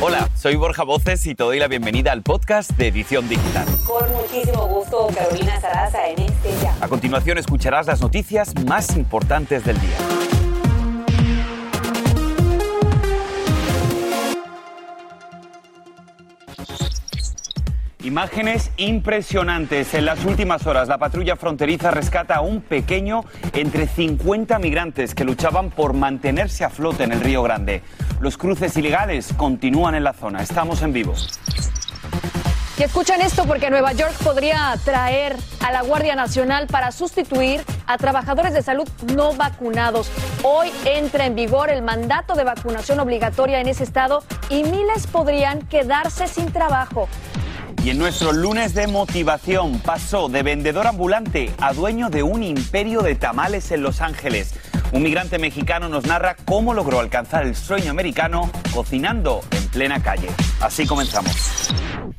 Hola, soy Borja Voces y te doy la bienvenida al podcast de Edición Digital. Con muchísimo gusto, Carolina Sarasa en este ya. A continuación escucharás las noticias más importantes del día. Imágenes impresionantes. En las últimas horas, la patrulla fronteriza rescata a un pequeño entre 50 migrantes que luchaban por mantenerse a flote en el Río Grande. Los cruces ilegales continúan en la zona. Estamos en vivo. Y escuchen esto porque Nueva York podría traer a la Guardia Nacional para sustituir a trabajadores de salud no vacunados. Hoy entra en vigor el mandato de vacunación obligatoria en ese estado y miles podrían quedarse sin trabajo. Y en nuestro lunes de motivación pasó de vendedor ambulante a dueño de un imperio de tamales en Los Ángeles. Un migrante mexicano nos narra cómo logró alcanzar el sueño americano cocinando en plena calle. Así comenzamos.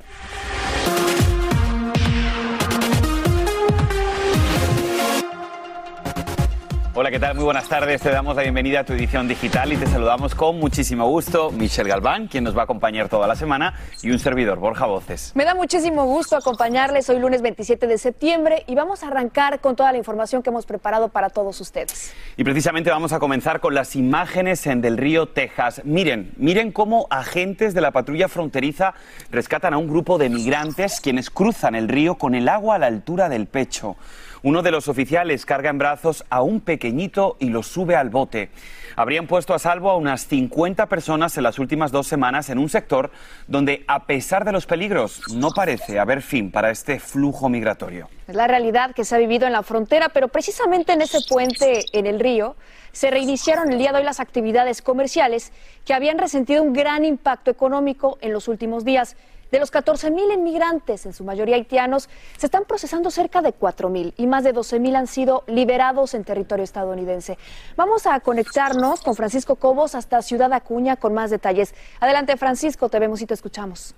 Hola, ¿qué tal? Muy buenas tardes. Te damos la bienvenida a tu edición digital y te saludamos con muchísimo gusto Michelle Galván, quien nos va a acompañar toda la semana, y un servidor, Borja Voces. Me da muchísimo gusto acompañarles hoy lunes 27 de septiembre y vamos a arrancar con toda la información que hemos preparado para todos ustedes. Y precisamente vamos a comenzar con las imágenes en Del Río, Texas. Miren cómo agentes de la patrulla fronteriza rescatan a un grupo de migrantes quienes cruzan el río con el agua a la altura del pecho. Uno de los oficiales carga en brazos a un pequeñito y lo sube al bote. Habrían puesto a salvo a unas 50 personas en las últimas 2 semanas en un sector donde, a pesar de los peligros, no parece haber fin para este flujo migratorio. Es la realidad que se ha vivido en la frontera, pero precisamente en ese puente en el río se reiniciaron el día de hoy las actividades comerciales que habían resentido un gran impacto económico en los últimos días. De los 14,000 inmigrantes, en su mayoría haitianos, se están procesando cerca de 4,000 y más de 12,000 han sido liberados en territorio estadounidense. Vamos a conectarnos con Francisco Cobos hasta Ciudad Acuña con más detalles. Adelante, Francisco, te vemos y te escuchamos.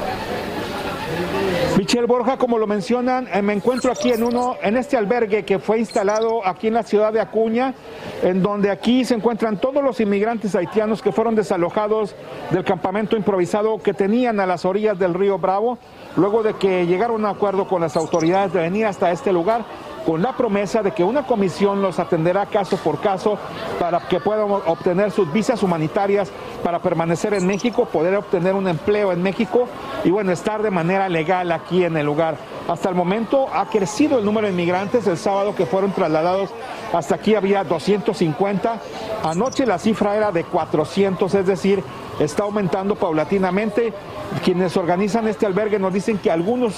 Michelle, Borja, como lo mencionan, me encuentro aquí en este albergue que fue instalado aquí en la ciudad de Acuña, en donde aquí se encuentran todos los inmigrantes haitianos que fueron desalojados del campamento improvisado que tenían a las orillas del río Bravo, luego de que llegaron a un acuerdo con las autoridades de venir hasta este lugar, con la promesa de que una comisión los atenderá caso por caso para que puedan obtener sus visas humanitarias para permanecer en México, poder obtener un empleo en México y bueno, estar de manera legal aquí en el lugar. Hasta el momento ha crecido el número de inmigrantes. El sábado que fueron trasladados hasta aquí había 250. Anoche la cifra era de 400, es decir, está aumentando paulatinamente. Quienes organizan este albergue nos dicen que algunos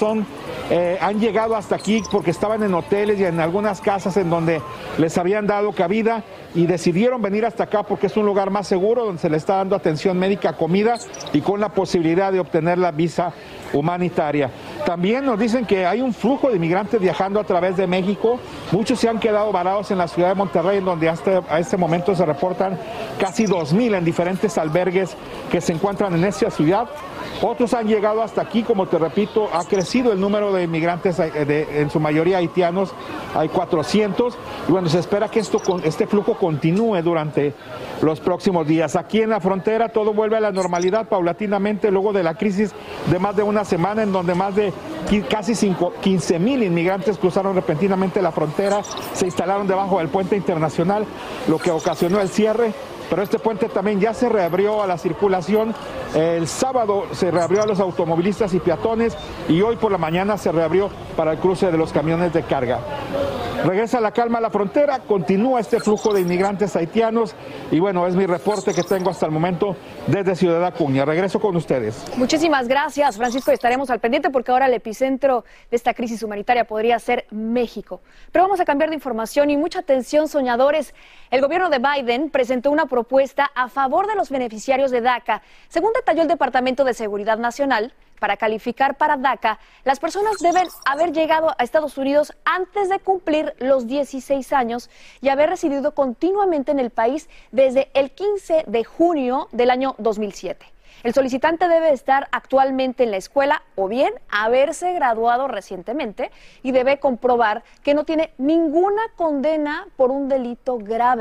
han llegado hasta aquí porque estaban en hoteles y en algunas casas en donde les habían dado cabida y decidieron venir hasta acá porque es un lugar más seguro, donde se les está dando atención médica, comida y con la posibilidad de obtener la visa humanitaria. También nos dicen que hay un flujo de inmigrantes viajando a través de México. Muchos se han quedado varados en la ciudad de Monterrey, en donde a este momento se reportan casi 2,000 en diferentes albergues que se encuentran en esta ciudad. Otros han llegado hasta aquí, como te repito, ha crecido el número de inmigrantes, en su mayoría haitianos, hay 400, y bueno, se espera que este flujo continúe durante los próximos días. Aquí en la frontera todo vuelve a la normalidad paulatinamente luego de la crisis de más de una semana en donde más de casi 15,000 inmigrantes cruzaron repentinamente la frontera, se instalaron debajo del puente internacional, lo que ocasionó el cierre. Pero este puente también ya se reabrió a la circulación. El sábado se reabrió a los automovilistas y peatones y hoy por la mañana se reabrió para el cruce de los camiones de carga. Regresa la calma a la frontera, continúa este flujo de inmigrantes haitianos y bueno, es mi reporte que tengo hasta el momento desde Ciudad Acuña. Regreso con ustedes. Muchísimas gracias, Francisco, estaremos al pendiente porque ahora el epicentro de esta crisis humanitaria podría ser México. Pero vamos a cambiar de información y mucha atención, soñadores. El gobierno de Biden presentó una propuesta a favor de los beneficiarios de DACA. Según detalló el Departamento de Seguridad Nacional, para calificar para DACA, las personas deben haber llegado a Estados Unidos antes de cumplir los 16 años y haber residido continuamente en el país desde el 15 de junio del año 2007. El solicitante debe estar actualmente en la escuela o bien haberse graduado recientemente y debe comprobar que no tiene ninguna condena por un delito grave.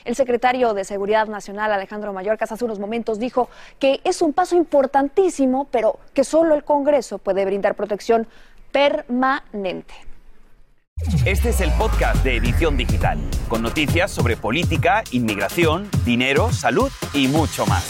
El secretario de Seguridad Nacional, Alejandro Mayorkas, hace unos momentos dijo que es un paso importantísimo, pero que solo el Congreso puede brindar protección permanente. Este es el podcast de Edición Digital, con noticias sobre política, inmigración, dinero, salud y mucho más.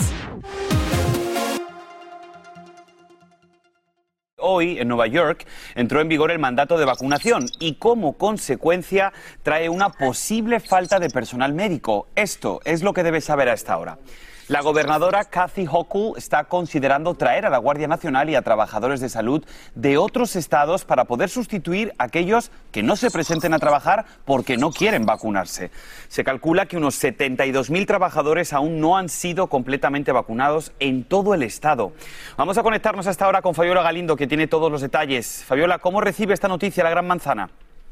Hoy, en Nueva York, entró en vigor el mandato de vacunación y, como consecuencia, trae una posible falta de personal médico. Esto es lo que debes saber a esta hora. La gobernadora Kathy Hochul está considerando traer a la Guardia Nacional y a trabajadores de salud de otros estados para poder sustituir a aquellos que no se presenten a trabajar porque no quieren vacunarse. Se calcula que unos 72.000 trabajadores aún no han sido completamente vacunados en todo el estado. Vamos a conectarnos hasta ahora con Fabiola Galindo, que tiene todos los detalles. Fabiola, ¿cómo recibe esta noticia la Gran Manzana?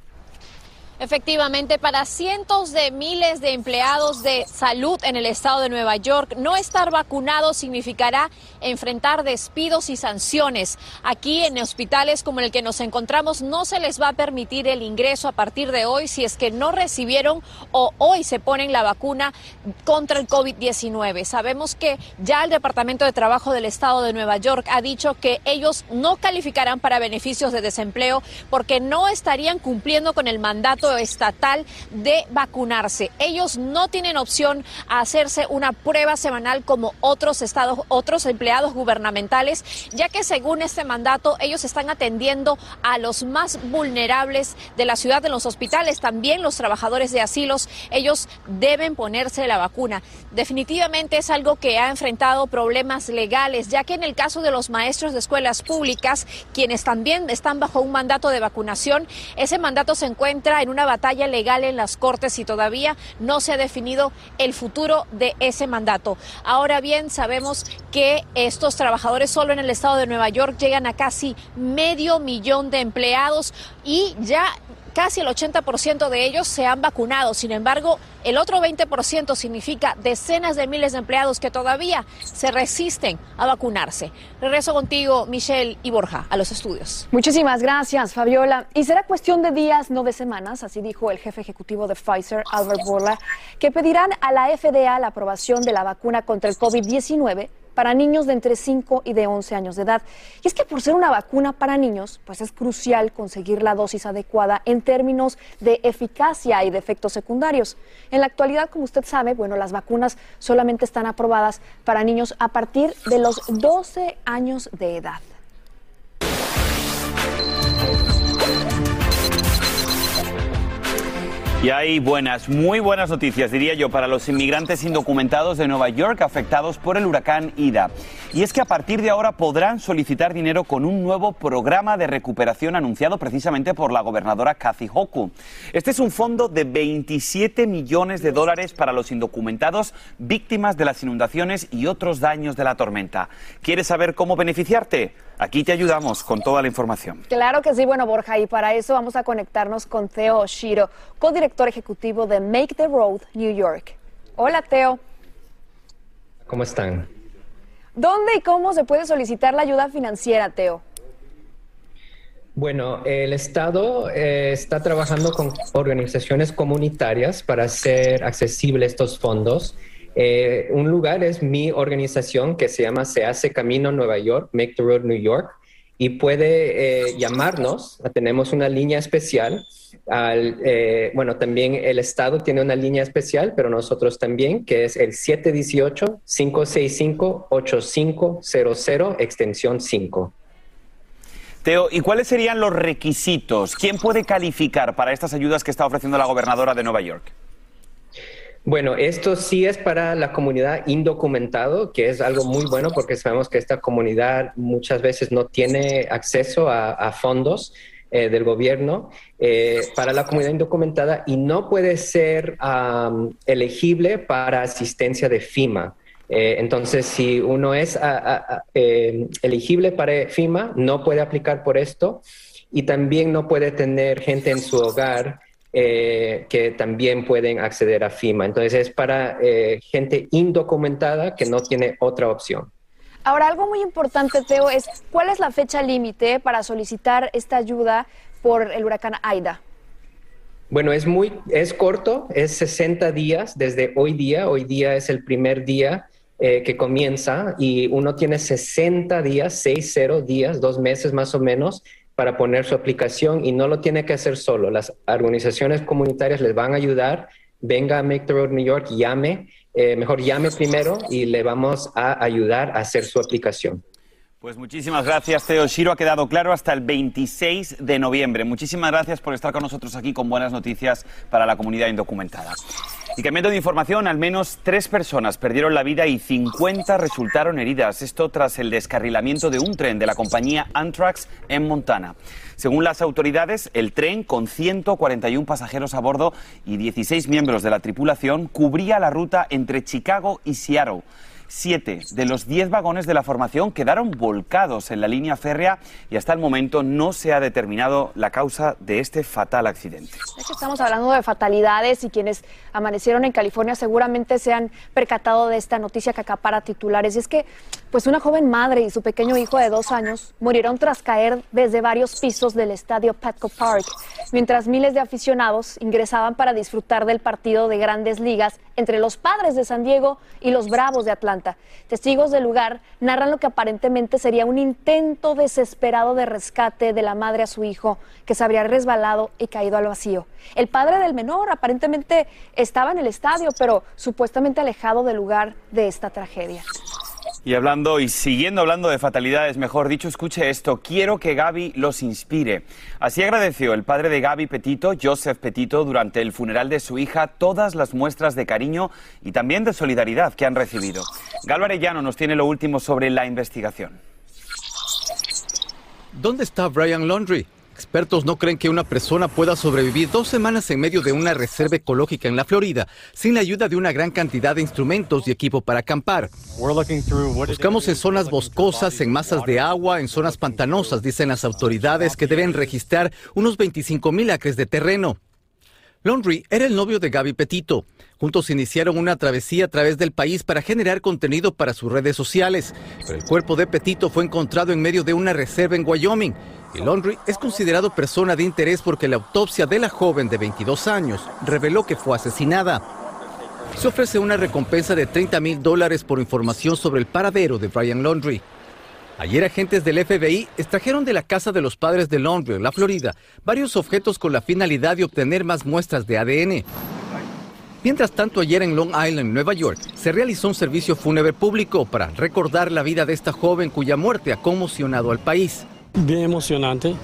Efectivamente, para cientos de miles de empleados de salud en el estado de Nueva York, no estar vacunados significará enfrentar despidos y sanciones. Aquí en hospitales como el que nos encontramos no se les va a permitir el ingreso a partir de hoy si es que no recibieron o hoy se ponen la vacuna contra el COVID-19. Sabemos que ya el Departamento de Trabajo del estado de Nueva York ha dicho que ellos no calificarán para beneficios de desempleo porque no estarían cumpliendo con el mandato estatal de vacunarse. Ellos no tienen opción a hacerse una prueba semanal como otros estados, otros empleados gubernamentales, ya que según este mandato ellos están atendiendo a los más vulnerables de la ciudad en los hospitales, también los trabajadores de asilos. Ellos deben ponerse la vacuna. Definitivamente es algo que ha enfrentado problemas legales, ya que en el caso de los maestros de escuelas públicas, quienes también están bajo un mandato de vacunación, ese mandato se encuentra en una batalla legal en las cortes y todavía no se ha definido el futuro de ese mandato. Ahora bien, sabemos que estos trabajadores solo en el estado de Nueva York llegan a casi 500,000 de empleados y ya casi el 80% de ellos se han vacunado. Sin embargo, el otro 20% significa decenas de miles de empleados que todavía se resisten a vacunarse. Regreso contigo, Michelle y Borja, a los estudios. Muchísimas gracias, Fabiola. Y será cuestión de días, no de semanas, así dijo el jefe ejecutivo de Pfizer, Albert Bourla, que pedirán a la FDA la aprobación de la vacuna contra el COVID-19 para niños de entre 5 y de 11 años de edad. Y es que por ser una vacuna para niños, pues es crucial conseguir la dosis adecuada en términos de eficacia y de efectos secundarios. En la actualidad, como usted sabe, bueno, las vacunas solamente están aprobadas para niños a partir de los 12 años de edad. Y hay muy buenas noticias, diría yo, para los inmigrantes indocumentados de Nueva York afectados por el huracán Ida. Y es que a partir de ahora podrán solicitar dinero con un nuevo programa de recuperación anunciado precisamente por la gobernadora Kathy Hochul. Este es un fondo de $27 millones para los indocumentados víctimas de las inundaciones y otros daños de la tormenta. ¿Quieres saber cómo beneficiarte? Aquí te ayudamos con toda la información. Claro que sí, bueno, Borja, y para eso vamos a conectarnos con Theo Oshiro, codirector ejecutivo de Make the Road New York. Hola, Theo. ¿Cómo están? ¿Dónde y cómo se puede solicitar la ayuda financiera, Theo? Bueno, el Estado está trabajando con organizaciones comunitarias para hacer accesibles estos fondos. Un lugar es mi organización que se llama Se Hace Camino Nueva York, Make the Road New York, y puede llamarnos. Tenemos una línea especial. Bueno, también el Estado tiene una línea especial, pero nosotros también, que es el 718-565-8500, extensión 5. Theo, ¿y cuáles serían los requisitos? ¿Quién puede calificar para estas ayudas que está ofreciendo la gobernadora de Nueva York? Bueno, esto sí es para la comunidad indocumentado, que es algo muy bueno porque sabemos que esta comunidad muchas veces no tiene acceso a fondos del gobierno para la comunidad indocumentada y no puede ser elegible para asistencia de FEMA. Entonces, si uno es elegible para FEMA, no puede aplicar por esto y también no puede tener gente en su hogar que también pueden acceder a FEMA. Entonces es para gente indocumentada que no tiene otra opción. Ahora, algo muy importante, Theo, es ¿cuál es la fecha límite para solicitar esta ayuda por el huracán Ida? Bueno, es corto, es 60 días desde hoy día. Hoy día es el primer día que comienza y uno tiene 60 días, 60 días, 2 meses más o menos, para poner su aplicación y no lo tiene que hacer solo. Las organizaciones comunitarias les van a ayudar. Venga a Make the Road New York, llame primero y le vamos a ayudar a hacer su aplicación. Pues muchísimas gracias, Theo Shiro. Ha quedado claro hasta el 26 de noviembre. Muchísimas gracias por estar con nosotros aquí con buenas noticias para la comunidad indocumentada. Y cambiando de información, al menos 3 personas perdieron la vida y 50 resultaron heridas. Esto tras el descarrilamiento de un tren de la compañía Amtrak en Montana. Según las autoridades, el tren, con 141 pasajeros a bordo y 16 miembros de la tripulación, cubría la ruta entre Chicago y Seattle. 7 de los 10 vagones de la formación quedaron volcados en la línea férrea y hasta el momento no se ha determinado la causa de este fatal accidente. Es que estamos hablando de fatalidades y quienes amanecieron en California seguramente se han percatado de esta noticia que acapara titulares. Y es que pues una joven madre y su pequeño hijo de 2 años murieron tras caer desde varios pisos del estadio Petco Park, mientras miles de aficionados ingresaban para disfrutar del partido de Grandes Ligas entre los Padres de San Diego y los Bravos de Atlanta. Testigos del lugar narran lo que aparentemente sería un intento desesperado de rescate de la madre a su hijo, que se habría resbalado y caído al vacío. El padre del menor aparentemente estaba en el estadio, pero supuestamente alejado del lugar de esta tragedia. Y siguiendo hablando de fatalidades, mejor dicho, escuche esto. Quiero que Gaby los inspire. Así agradeció el padre de Gaby Petito, Joseph Petito, durante el funeral de su hija, todas las muestras de cariño y también de solidaridad que han recibido. Galo Arellano nos tiene lo último sobre la investigación. ¿Dónde está Brian Laundrie? Expertos no creen que una persona pueda sobrevivir 2 semanas en medio de una reserva ecológica en la Florida sin la ayuda de una gran cantidad de instrumentos y equipo para acampar. Buscamos en zonas boscosas, en masas de agua, en zonas pantanosas, dicen las autoridades, que deben registrar unos 25,000 acres de terreno. Laundrie era el novio de Gaby Petito. Juntos iniciaron una travesía a través del país para generar contenido para sus redes sociales. Pero el cuerpo de Petito fue encontrado en medio de una reserva en Wyoming. Y Laundrie es considerado persona de interés porque la autopsia de la joven de 22 años reveló que fue asesinada. Se ofrece una recompensa de $30,000 por información sobre el paradero de Brian Laundrie. Ayer agentes del FBI extrajeron de la casa de los padres de Laundrie, en la Florida, varios objetos con la finalidad de obtener más muestras de ADN. Mientras tanto, ayer en Long Island, Nueva York, se realizó un servicio fúnebre público para recordar la vida de esta joven cuya muerte ha conmocionado al país. Bien emocionante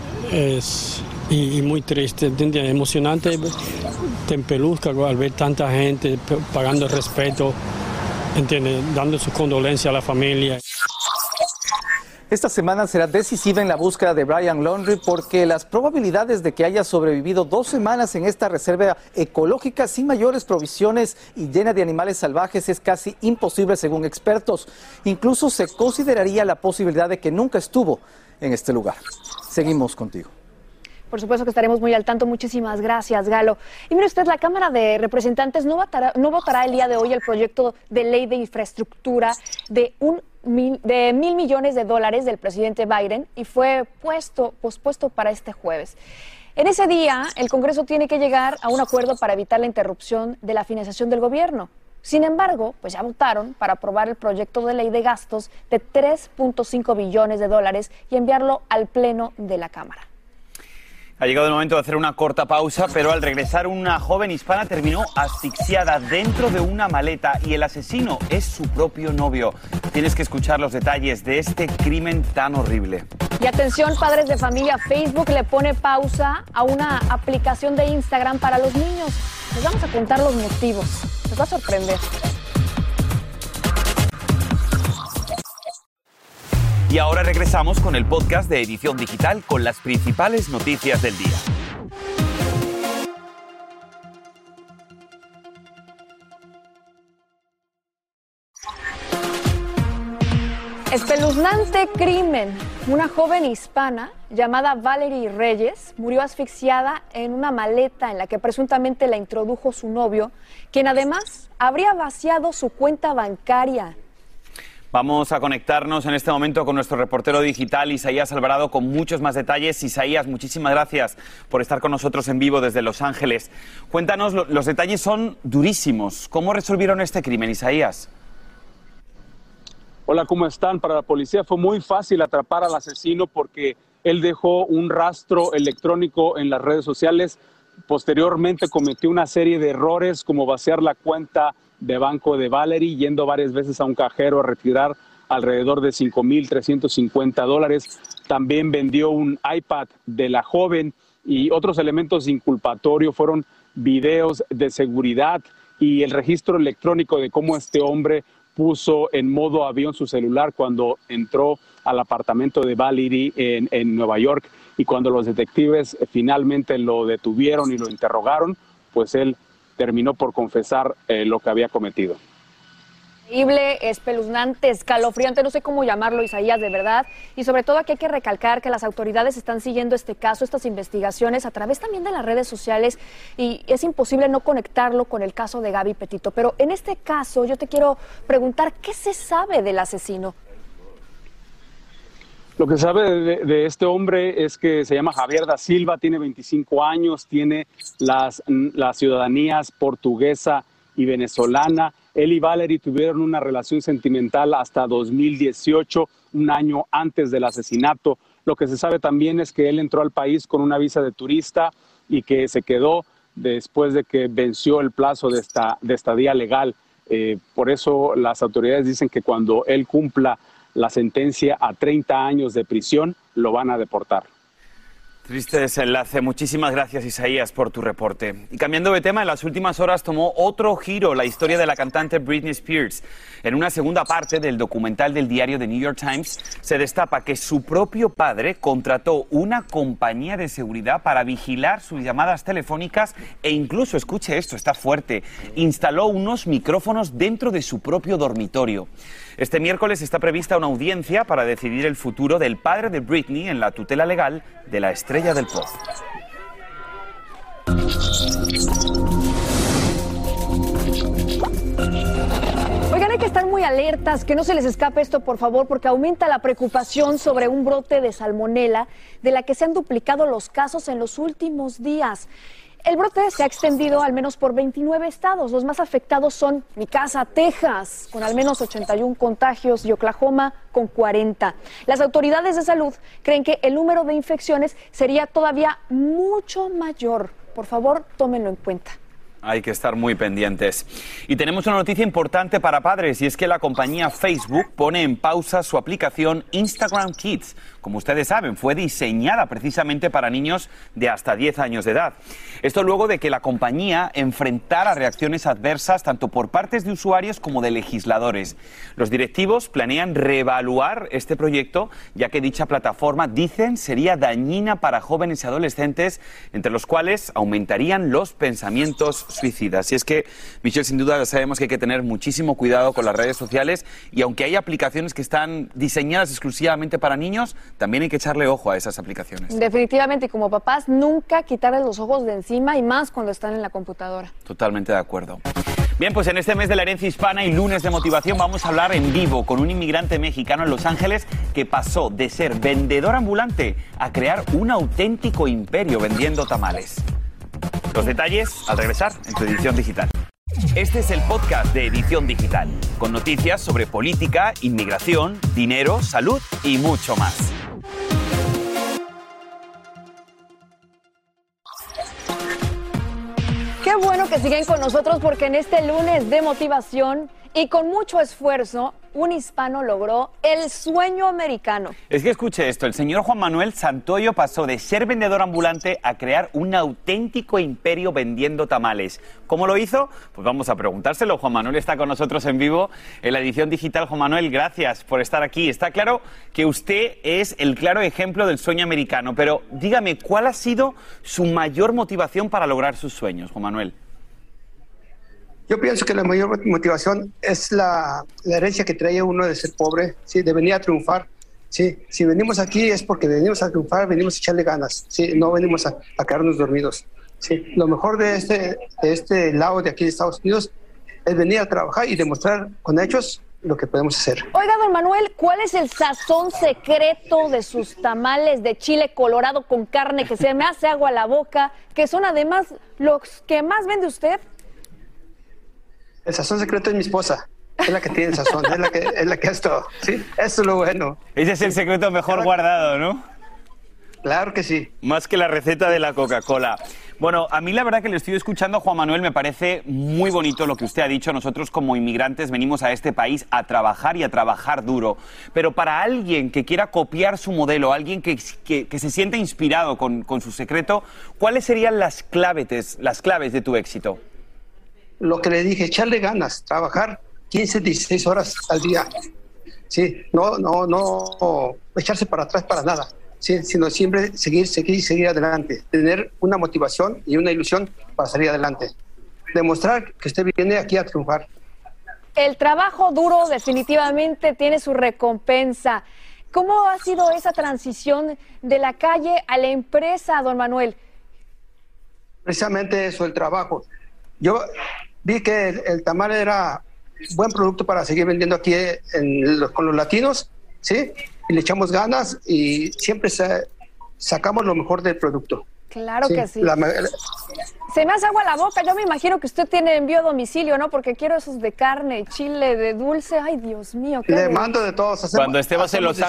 y muy triste, emocionante, te empeluzca al ver tanta gente pagando el respeto, dando sus condolencias a la familia. Esta semana será decisiva en la búsqueda de Brian Laundrie porque las probabilidades de que haya sobrevivido 2 semanas en esta reserva ecológica sin mayores provisiones y llena de animales salvajes es casi imposible según expertos. Incluso se consideraría la posibilidad de que nunca estuvo en este lugar. Seguimos contigo. Por supuesto que estaremos muy al tanto. Muchísimas gracias, Galo. Y mire usted, la Cámara de Representantes no votará el día de hoy el proyecto de ley de infraestructura de $1.000 millones del presidente Biden y fue pospuesto para este jueves. En ese día, el Congreso tiene que llegar a un acuerdo para evitar la interrupción de la financiación del gobierno. Sin embargo, pues ya votaron para aprobar el proyecto de ley de gastos de $3.5 billones y enviarlo al Pleno de la Cámara. Ha llegado el momento de hacer una corta pausa, pero al regresar una joven hispana terminó asfixiada dentro de una maleta y el asesino es su propio novio. Tienes que escuchar los detalles de este crimen tan horrible. Y atención, padres de familia, Facebook le pone pausa a una aplicación de Instagram para los niños. Les vamos a contar los motivos. Les va a sorprender. Y ahora regresamos con el podcast de Edición Digital con las principales noticias del día. Espeluznante crimen. Una joven hispana llamada Valerie Reyes murió asfixiada en una maleta en la que presuntamente la introdujo su novio, quien además habría vaciado su cuenta bancaria. Vamos a conectarnos en este momento con nuestro reportero digital, Isaías Alvarado, con muchos más detalles. Isaías, muchísimas gracias por estar con nosotros en vivo desde Los Ángeles. Cuéntanos, los detalles son durísimos. ¿Cómo resolvieron este crimen, Isaías? Hola, ¿cómo están? Para la policía fue muy fácil atrapar al asesino porque él dejó un rastro electrónico en las redes sociales. Posteriormente cometió una serie de errores como vaciar la cuenta de banco de Valerie, yendo varias veces a un cajero a retirar alrededor de $5,350. También vendió un iPad de la joven y otros elementos inculpatorios fueron videos de seguridad y el registro electrónico de cómo este hombre puso en modo avión su celular cuando entró al apartamento de Valerie en Nueva York, y cuando los detectives finalmente lo detuvieron y lo interrogaron, pues él terminó por confesar lo que había cometido. Increíble, espeluznante, escalofriante, no sé cómo llamarlo, Isaías, de verdad. Y sobre todo aquí hay que recalcar que las autoridades están siguiendo este caso, estas investigaciones a través también de las redes sociales, y es imposible no conectarlo con el caso de Gabby Petito. Pero en este caso yo te quiero preguntar, ¿qué se sabe del asesino? Lo que sabe de este hombre es que se llama Javier da Silva, tiene 25 años, tiene las ciudadanías portuguesa y venezolana. Él y Valerie tuvieron una relación sentimental hasta 2018, un año antes del asesinato. Lo que se sabe también es que él entró al país con una visa de turista y que se quedó después de que venció el plazo de estadía legal. Por eso las autoridades dicen que cuando él cumpla la sentencia a 30 años de prisión, lo van a deportar. Triste desenlace. Muchísimas gracias, Isaías, por tu reporte. Y cambiando de tema, en las últimas horas tomó otro giro la historia de la cantante Britney Spears. En una segunda parte del documental del diario The New York Times, se destapa que su propio padre contrató una compañía de seguridad para vigilar sus llamadas telefónicas e incluso, escuche esto, está fuerte, instaló unos micrófonos dentro de su propio dormitorio. Este miércoles está prevista una audiencia para decidir el futuro del padre de Britney en la tutela legal de la estrella del pop. Oigan, hay que estar muy alertas, que no se les escape esto, por favor, porque aumenta la preocupación sobre un brote de salmonela de la que se han duplicado los casos en los últimos días. El brote se ha extendido al menos por 29 estados. Los más afectados son mi casa, Texas, con al menos 81 contagios, y Oklahoma, con 40. Las autoridades de salud creen que el número de infecciones sería todavía mucho mayor. Por favor, tómenlo en cuenta. Hay que estar muy pendientes. Y tenemos una noticia importante para padres, y es que la compañía Facebook pone en pausa su aplicación Instagram Kids. Como ustedes saben, fue diseñada precisamente para niños de hasta 10 años de edad. Esto luego de que la compañía enfrentara reacciones adversas tanto por partes de usuarios como de legisladores. Los directivos planean reevaluar este proyecto, ya que dicha plataforma, dicen, sería dañina para jóvenes y adolescentes, entre los cuales aumentarían los pensamientos suicidas. Y es que, Michelle, sin duda sabemos que hay que tener muchísimo cuidado con las redes sociales, y aunque hay aplicaciones que están diseñadas exclusivamente para niños, también hay que echarle ojo a esas aplicaciones. Definitivamente, y como papás, nunca quitarles los ojos de encima, y más cuando están en la computadora. Totalmente de acuerdo. Bien, pues en este mes de la herencia hispana y lunes de motivación vamos a hablar en vivo con un inmigrante mexicano en Los Ángeles que pasó de ser vendedor ambulante a crear un auténtico imperio vendiendo tamales. Los detalles al regresar en tu edición digital. Este es el podcast de Edición Digital, con noticias sobre política, inmigración, dinero, salud y mucho más. Qué bueno que siguen con nosotros, porque en este lunes de motivación y con mucho esfuerzo, un hispano logró el sueño americano. Es que escuche esto, el señor Juan Manuel Santoyo pasó de ser vendedor ambulante a crear un auténtico imperio vendiendo tamales. ¿Cómo lo hizo? Pues vamos a preguntárselo. Juan Manuel está con nosotros en vivo en la edición digital. Juan Manuel, gracias por estar aquí. Está claro que usted es el claro ejemplo del sueño americano, pero dígame, ¿cuál ha sido su mayor motivación para lograr sus sueños, Juan Manuel? Yo pienso que la mayor motivación es la herencia que trae uno de ser pobre, ¿sí? De venir a triunfar. ¿Sí? Si venimos aquí es porque venimos a triunfar, venimos a echarle ganas, ¿sí? No venimos a quedarnos dormidos. ¿Sí? Lo mejor de este lado de aquí de Estados Unidos es venir a trabajar y demostrar con hechos lo que podemos hacer. Oiga, don Manuel, ¿cuál es el sazón secreto de sus tamales de chile colorado con carne que se me hace agua a la boca, que son además los que más vende usted? El sazón secreto es mi esposa. Es la que tiene el sazón, es la que es todo. Sí, eso es lo bueno. Ese es el secreto mejor guardado, ¿no? Claro que sí. Más que la receta de la Coca-Cola. Bueno, a mí la verdad que le estoy escuchando a Juan Manuel, me parece muy bonito lo que usted ha dicho. Nosotros como inmigrantes venimos a este país a trabajar y a trabajar duro. Pero para alguien que quiera copiar su modelo, alguien que se sienta inspirado con su secreto, ¿cuáles serían las claves de tu éxito? Lo que le dije, echarle ganas, trabajar 15, 16 horas al día. Sí, no echarse para atrás para nada. Sí, sino siempre seguir adelante, tener una motivación y una ilusión para salir adelante, demostrar que usted viene aquí a triunfar. El trabajo duro definitivamente tiene su recompensa. ¿Cómo ha sido esa transición de la calle a la empresa, don Manuel? Precisamente eso, el trabajo. Yo vi que el tamal era buen producto para seguir vendiendo aquí con los latinos, ¿sí? Y le echamos ganas y siempre sacamos lo mejor del producto. Claro que sí. Se me hace agua la boca. Yo me imagino que usted tiene envío a domicilio, ¿no? Porque quiero esos de carne, chile, de dulce. Ay, Dios mío. Le mando de todos. Cuando estemos en Los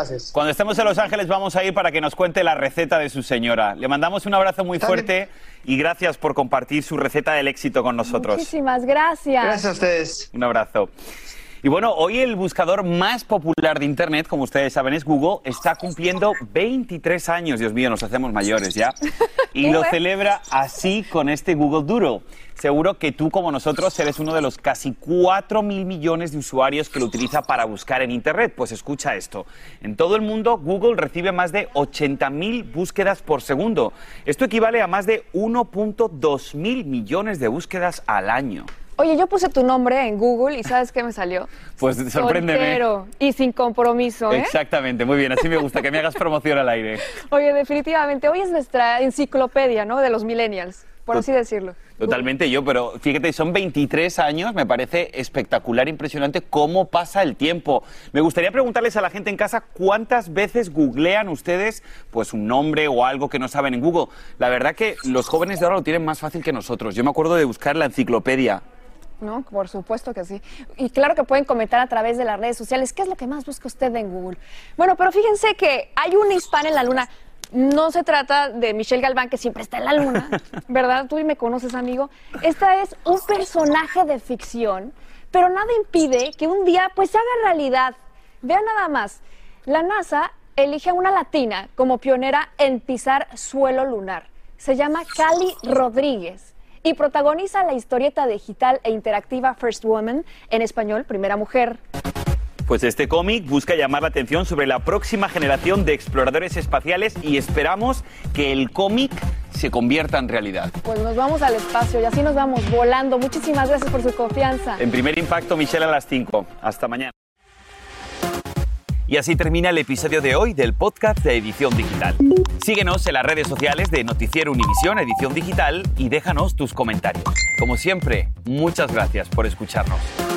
Ángeles vamos a ir para que nos cuente la receta de su señora. Le mandamos un abrazo muy fuerte y gracias por compartir su receta del éxito con nosotros. Muchísimas gracias. Gracias a ustedes. Un abrazo. Y bueno, hoy el buscador más popular de Internet, como ustedes saben, es Google, está cumpliendo 23 años. Dios mío, nos hacemos mayores ya. Y lo celebra así con este Google Doodle. Seguro que tú, como nosotros, eres uno de los casi 4.000 millones de usuarios que lo utiliza para buscar en Internet. Pues escucha esto. En todo el mundo, Google recibe más de 80.000 búsquedas por segundo. Esto equivale a más de 1.2 mil millones de búsquedas al año. Oye, yo puse tu nombre en Google y ¿sabes qué me salió? Pues sorpréndeme. Soltero y sin compromiso, ¿eh? Exactamente, muy bien, así me gusta, que me hagas promoción al aire. Oye, definitivamente, hoy es nuestra enciclopedia, ¿no? De los millennials, por así decirlo. Totalmente yo, pero fíjate, son 23 años, me parece espectacular, impresionante cómo pasa el tiempo. Me gustaría preguntarles a la gente en casa cuántas veces googlean ustedes pues un nombre o algo que no saben en Google. La verdad que los jóvenes de ahora lo tienen más fácil que nosotros. Yo me acuerdo de buscar la enciclopedia. No, por supuesto que sí. Y claro que pueden comentar a través de las redes sociales qué es lo que más busca usted en Google. Bueno, pero fíjense que hay una hispana en la luna. No se trata de Michelle Galván, que siempre está en la luna, ¿verdad? Tú me conoces, amigo. Esta es un personaje de ficción, pero nada impide que un día pues se haga realidad. Vean nada más, la NASA elige a una latina como pionera en pisar suelo lunar. Se llama Cali Rodríguez y protagoniza la historieta digital e interactiva First Woman, en español, Primera Mujer. Pues este cómic busca llamar la atención sobre la próxima generación de exploradores espaciales y esperamos que el cómic se convierta en realidad. Pues nos vamos al espacio y así nos vamos volando. Muchísimas gracias por su confianza. En Primer Impacto, Michelle a las 5. Hasta mañana. Y así termina el episodio de hoy del podcast de Edición Digital. Síguenos en las redes sociales de Noticiero Univisión Edición Digital y déjanos tus comentarios. Como siempre, muchas gracias por escucharnos.